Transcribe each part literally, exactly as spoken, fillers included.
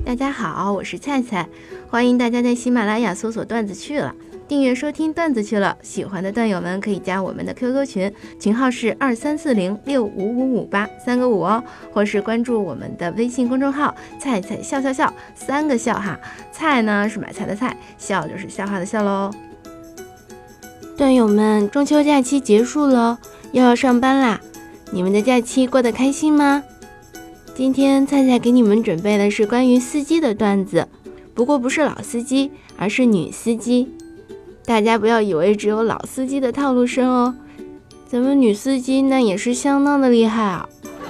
大家好，我是菜菜，欢迎大家在喜马拉雅搜索段子去了，订阅收听段子去了。喜欢的段友们可以加我们的 Q Q 群，群号是二三四零六五五五八三个五哦，或是关注我们的微信公众号菜菜笑笑笑，三个笑哈，菜呢是买菜的菜，笑就是笑话的笑喽。段友们，中秋假期结束了，又要上班啦，你们的假期过得开心吗？今天菜菜给你们准备的是关于司机的段子，不过不是老司机，而是女司机。大家不要以为只有老司机的套路深哦，咱们女司机那也是相当的厉害啊。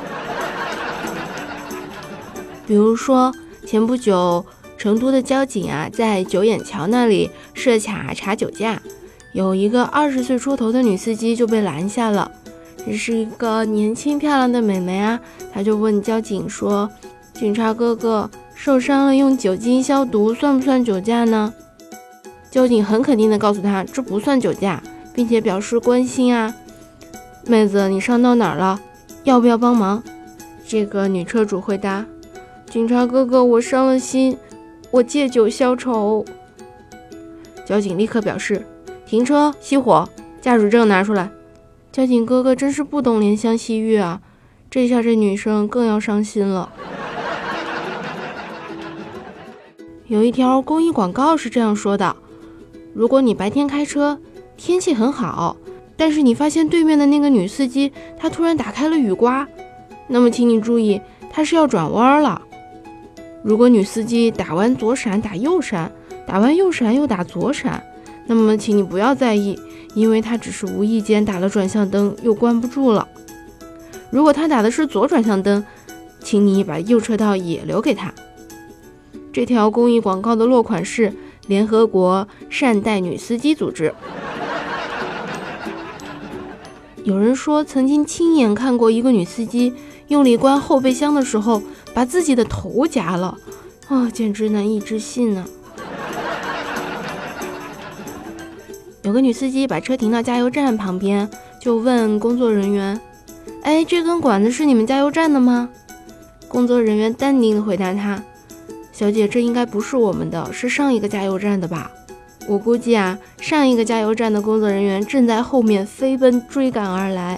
比如说前不久成都的交警啊，在九眼桥那里设卡查酒驾，有一个二十岁出头的女司机就被拦下了。这是一个年轻漂亮的美眉啊，她就问交警说，警察哥哥，受伤了用酒精消毒算不算酒驾呢？交警很肯定地告诉她，这不算酒驾，并且表示关心啊，妹子你伤到哪儿了，要不要帮忙？这个女车主回答，警察哥哥，我伤了心，我借酒消愁。交警立刻表示，停车熄火，驾驶证拿出来。交警哥哥真是不懂怜香惜玉啊，这下这女生更要伤心了。有一条公益广告是这样说的，如果你白天开车，天气很好，但是你发现对面的那个女司机她突然打开了雨刮，那么请你注意，她是要转弯了。如果女司机打完左闪打右闪，打完右闪又打左闪，那么请你不要在意，因为他只是无意间打了转向灯又关不住了。如果他打的是左转向灯，请你把右车道也留给他。这条公益广告的落款是联合国善待女司机组织。有人说曾经亲眼看过一个女司机用力关后备箱的时候把自己的头夹了，啊、哦，简直难以置信啊。有个女司机把车停到加油站旁边，就问工作人员，哎，这根管子是你们加油站的吗？工作人员淡定地回答她，小姐，这应该不是我们的，是上一个加油站的吧？我估计啊，上一个加油站的工作人员正在后面飞奔追赶而来。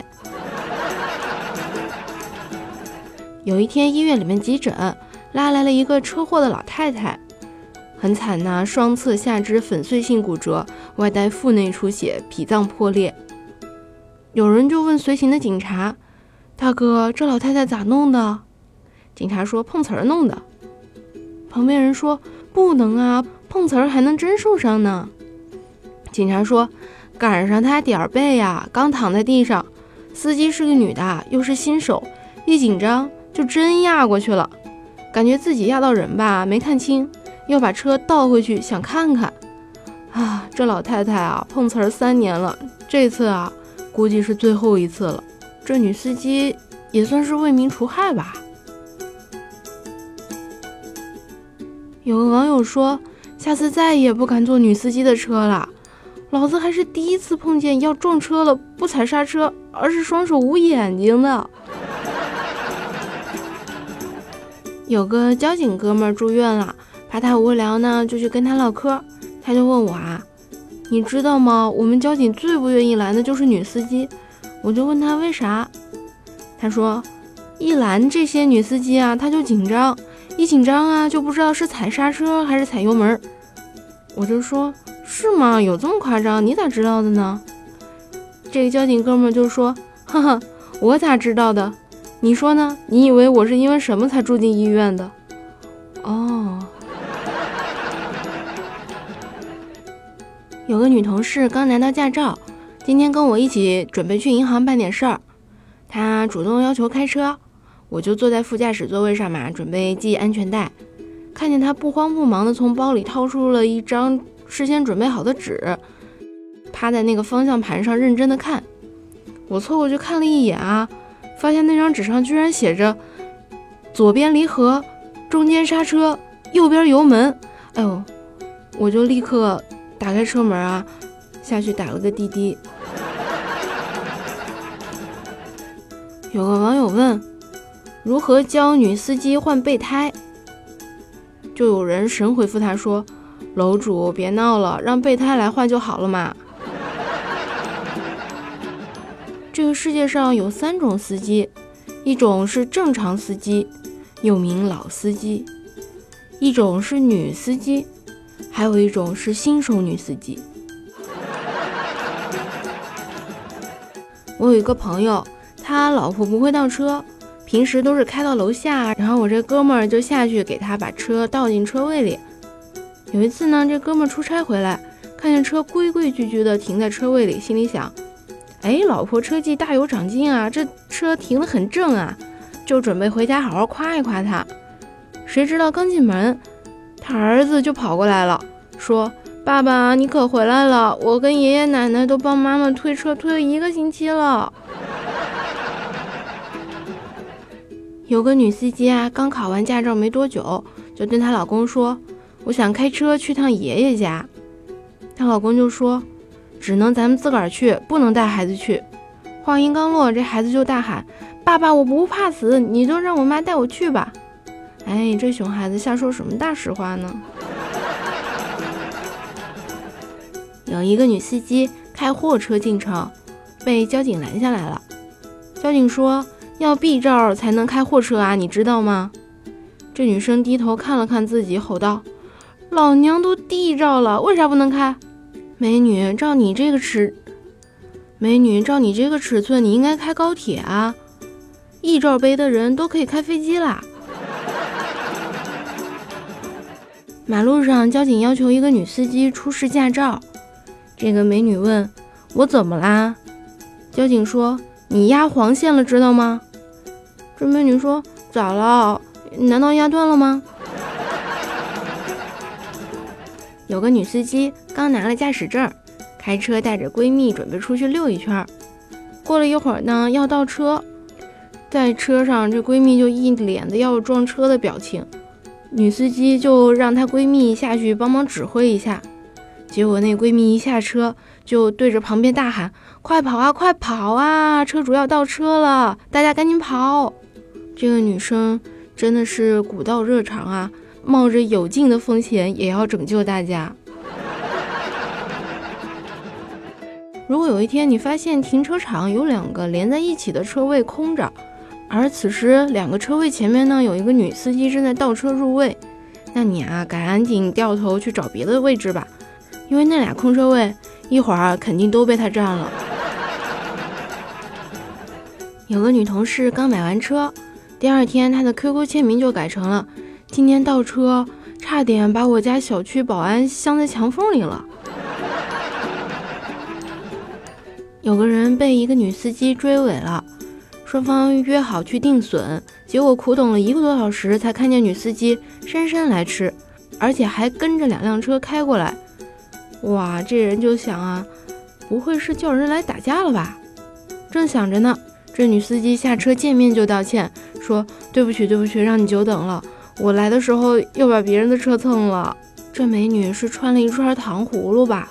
有一天医院里面急诊，拉来了一个车祸的老太太，很惨呐、啊，双侧下肢粉碎性骨折，外带腹内出血，脾脏破裂。有人就问随行的警察，大哥，这老太太咋弄的？警察说碰瓷儿弄的。旁边人说不能啊，碰瓷儿还能真受伤呢。警察说赶上他点儿背呀，刚躺在地上，司机是个女的，又是新手，一紧张就真压过去了，感觉自己压到人吧，没看清，又把车倒回去想看看啊，这老太太啊碰瓷儿三年了，这次啊估计是最后一次了，这女司机也算是为民除害吧。有个网友说，下次再也不敢坐女司机的车了，老子还是第一次碰见要撞车了不踩刹车，而是双手捂眼睛的。有个交警哥们儿住院了，怕他无聊呢，就去跟他唠嗑。他就问我啊，你知道吗？我们交警最不愿意拦的就是女司机。我就问他为啥，他说一拦这些女司机啊，他就紧张，一紧张啊，就不知道是踩刹车还是踩油门。我就说是吗？有这么夸张？你咋知道的呢？这个交警哥们就说，哈哈，我咋知道的？你说呢？你以为我是因为什么才住进医院的？哦。有个女同事刚拿到驾照，今天跟我一起准备去银行办点事儿，她主动要求开车，我就坐在副驾驶座位上嘛，准备系安全带。看见她不慌不忙地从包里掏出了一张事先准备好的纸，趴在那个方向盘上认真地看。我凑过去看了一眼啊，发现那张纸上居然写着左边离合，中间刹车，右边油门。哎呦，我就立刻打开车门啊，下去打了个滴滴。有个网友问，如何教女司机换备胎？ 就有人神回复他说，楼主别闹了，让备胎来换就好了嘛。这个世界上有三种司机，一种是正常司机，又名老司机，一种是女司机，还有一种是新手女司机。我有一个朋友，他老婆不会倒车，平时都是开到楼下，然后我这哥们儿就下去给他把车倒进车位里。有一次呢，这哥们儿出差回来，看见车规规矩矩的停在车位里，心里想，哎，老婆车技大有长进啊，这车停得很正啊，就准备回家好好夸一夸他。谁知道刚进门，他儿子就跑过来了，说，爸爸你可回来了，我跟爷爷奶奶都帮妈妈推车推了一个星期了。有个女司机啊，刚考完驾照没多久，就跟她老公说，我想开车去趟爷爷家。她老公就说，只能咱们自个儿去，不能带孩子去。话音刚落，这孩子就大喊，爸爸我不怕死，你就让我妈带我去吧。哎，这熊孩子瞎说什么大实话呢？有一个女司机开货车进城，被交警拦下来了。交警说，要 B 照才能开货车啊，你知道吗？这女生低头看了看自己，吼道，老娘都 D 照了，为啥不能开？美女，照你这个尺美女照你这个尺寸，你应该开高铁啊， E 照杯的人都可以开飞机啦。马路上，交警要求一个女司机出示驾照。这个美女问，我怎么啦？交警说，你压黄线了，知道吗？这美女说，咋了？难道压断了吗？有个女司机刚拿了驾驶证，开车带着闺蜜准备出去溜一圈。过了一会儿呢，要倒车，在车上这闺蜜就一脸的要撞车的表情，女司机就让她闺蜜下去帮忙指挥一下。结果那闺蜜一下车就对着旁边大喊，快跑啊快跑啊，车主要倒车了，大家赶紧跑。这个女生真的是古道热肠啊，冒着有劲的风险也要拯救大家。如果有一天你发现停车场有两个连在一起的车位空着，而此时两个车位前面呢有一个女司机正在倒车入位，那你啊赶紧掉头去找别的位置吧，因为那俩空车位一会儿肯定都被她占了。有个女同事刚买完车，第二天她的 Q Q 签名就改成了，今天倒车差点把我家小区保安镶在墙缝里了。有个人被一个女司机追尾了，双方约好去定损，结果苦等了一个多小时才看见女司机姗姗来迟，而且还跟着两辆车开过来。哇，这人就想啊，不会是叫人来打架了吧？正想着呢，这女司机下车见面就道歉，说对不起对不起，让你久等了，我来的时候又把别人的车蹭了。这美女是穿了一串糖葫芦吧？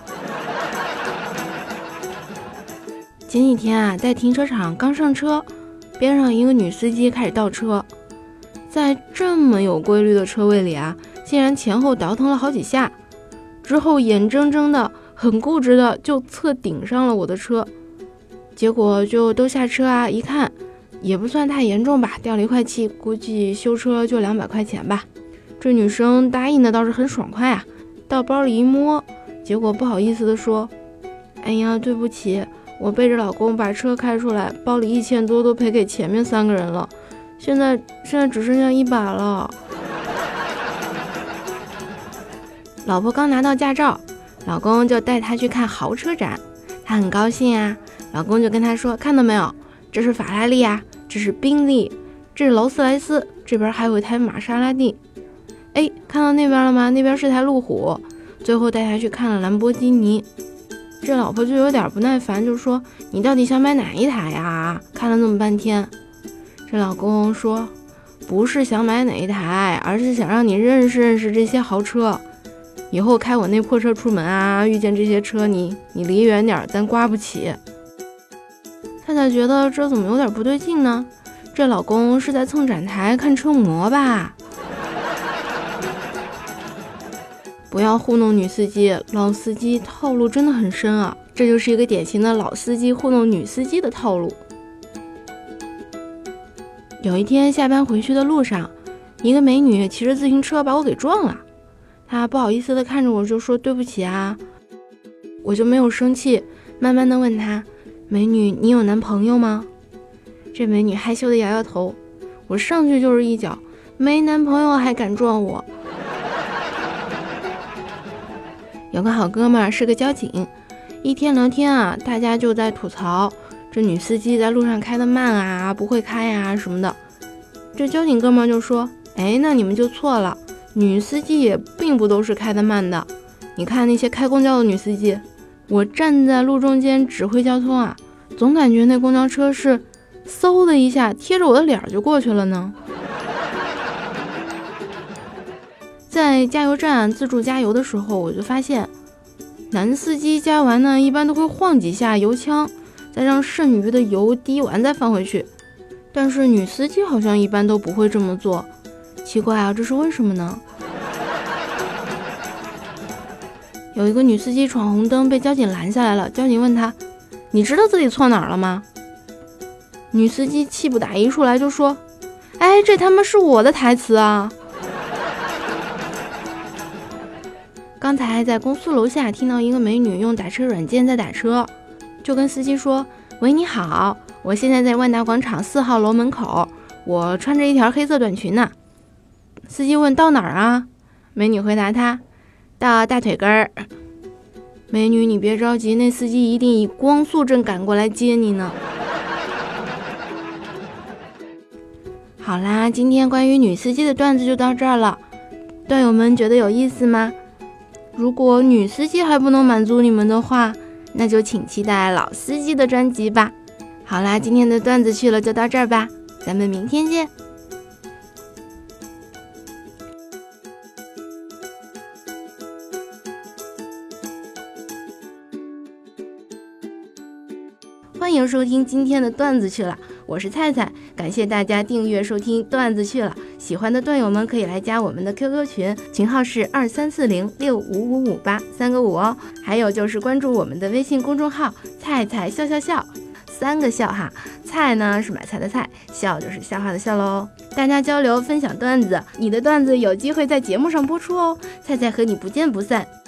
前几天啊，在停车场刚上车，边上一个女司机开始倒车，在这么有规律的车位里啊，竟然前后倒腾了好几下，之后眼睁睁的很固执的就侧顶上了我的车，结果就都下车啊，一看也不算太严重吧，掉了一块漆，估计修车就两百块钱吧。这女生答应的倒是很爽快啊，到包里一摸，结果不好意思的说，哎呀对不起，我背着老公把车开出来，包里一千多都赔给前面三个人了，现在现在只剩下一百了。老婆刚拿到驾照，老公就带她去看豪车展，她很高兴啊。老公就跟她说，看到没有，这是法拉利啊，这是宾利，这是劳斯莱斯，这边还有一台玛莎拉蒂。哎，看到那边了吗？那边是台路虎。最后带她去看了兰博基尼。这老婆就有点不耐烦，就说，你到底想买哪一台呀？看了那么半天。这老公说，不是想买哪一台，而是想让你认识认识这些豪车，以后开我那破车出门啊，遇见这些车你你离远点，咱刮不起。太太觉得这怎么有点不对劲呢？这老公是在蹭展台看车模吧？ 不要糊弄女司机，老司机套路真的很深啊，这就是一个典型的老司机糊弄女司机的套路。有一天下班回去的路上，一个美女骑着自行车把我给撞了，她不好意思地看着我就说对不起啊，我就没有生气，慢慢地问她，美女你有男朋友吗？这美女害羞地摇摇头，我上去就是一脚，没男朋友还敢撞我。有个好哥们儿是个交警，一天聊天啊，大家就在吐槽这女司机在路上开得慢啊，不会开啊什么的。这交警哥们儿就说，哎，那你们就错了，女司机也并不都是开得慢的。你看那些开公交的女司机，我站在路中间指挥交通啊，总感觉那公交车是嗖的一下贴着我的脸就过去了呢。在加油站自助加油的时候，我就发现男司机加完呢，一般都会晃几下油枪，再让剩余的油滴完再放回去。但是女司机好像一般都不会这么做，奇怪啊，这是为什么呢？有一个女司机闯红灯被交警拦下来了，交警问她，你知道自己错哪儿了吗？女司机气不打一处来就说，哎，这他妈是我的台词啊。刚才在公司楼下听到一个美女用打车软件在打车，就跟司机说，喂你好，我现在在万达广场四号楼门口，我穿着一条黑色短裙呢。司机问到哪儿啊？美女回答他，到大腿根儿。美女你别着急，那司机一定以光速正赶过来接你呢。好啦，今天关于女司机的段子就到这儿了，段友们觉得有意思吗？如果女司机还不能满足你们的话，那就请期待老司机的专辑吧。好啦，今天的段子去了就到这儿吧，咱们明天见。欢迎收听今天的段子去了，我是菜菜，感谢大家订阅收听段子去了。喜欢的段友们可以来加我们的 Q Q 群，群号是二三四零六五五五八，三个五哦。还有就是关注我们的微信公众号菜菜笑笑笑，三个笑哈，菜呢是买菜的菜，笑就是笑话的笑喽。大家交流分享段子，你的段子有机会在节目上播出哦，菜菜和你不见不散。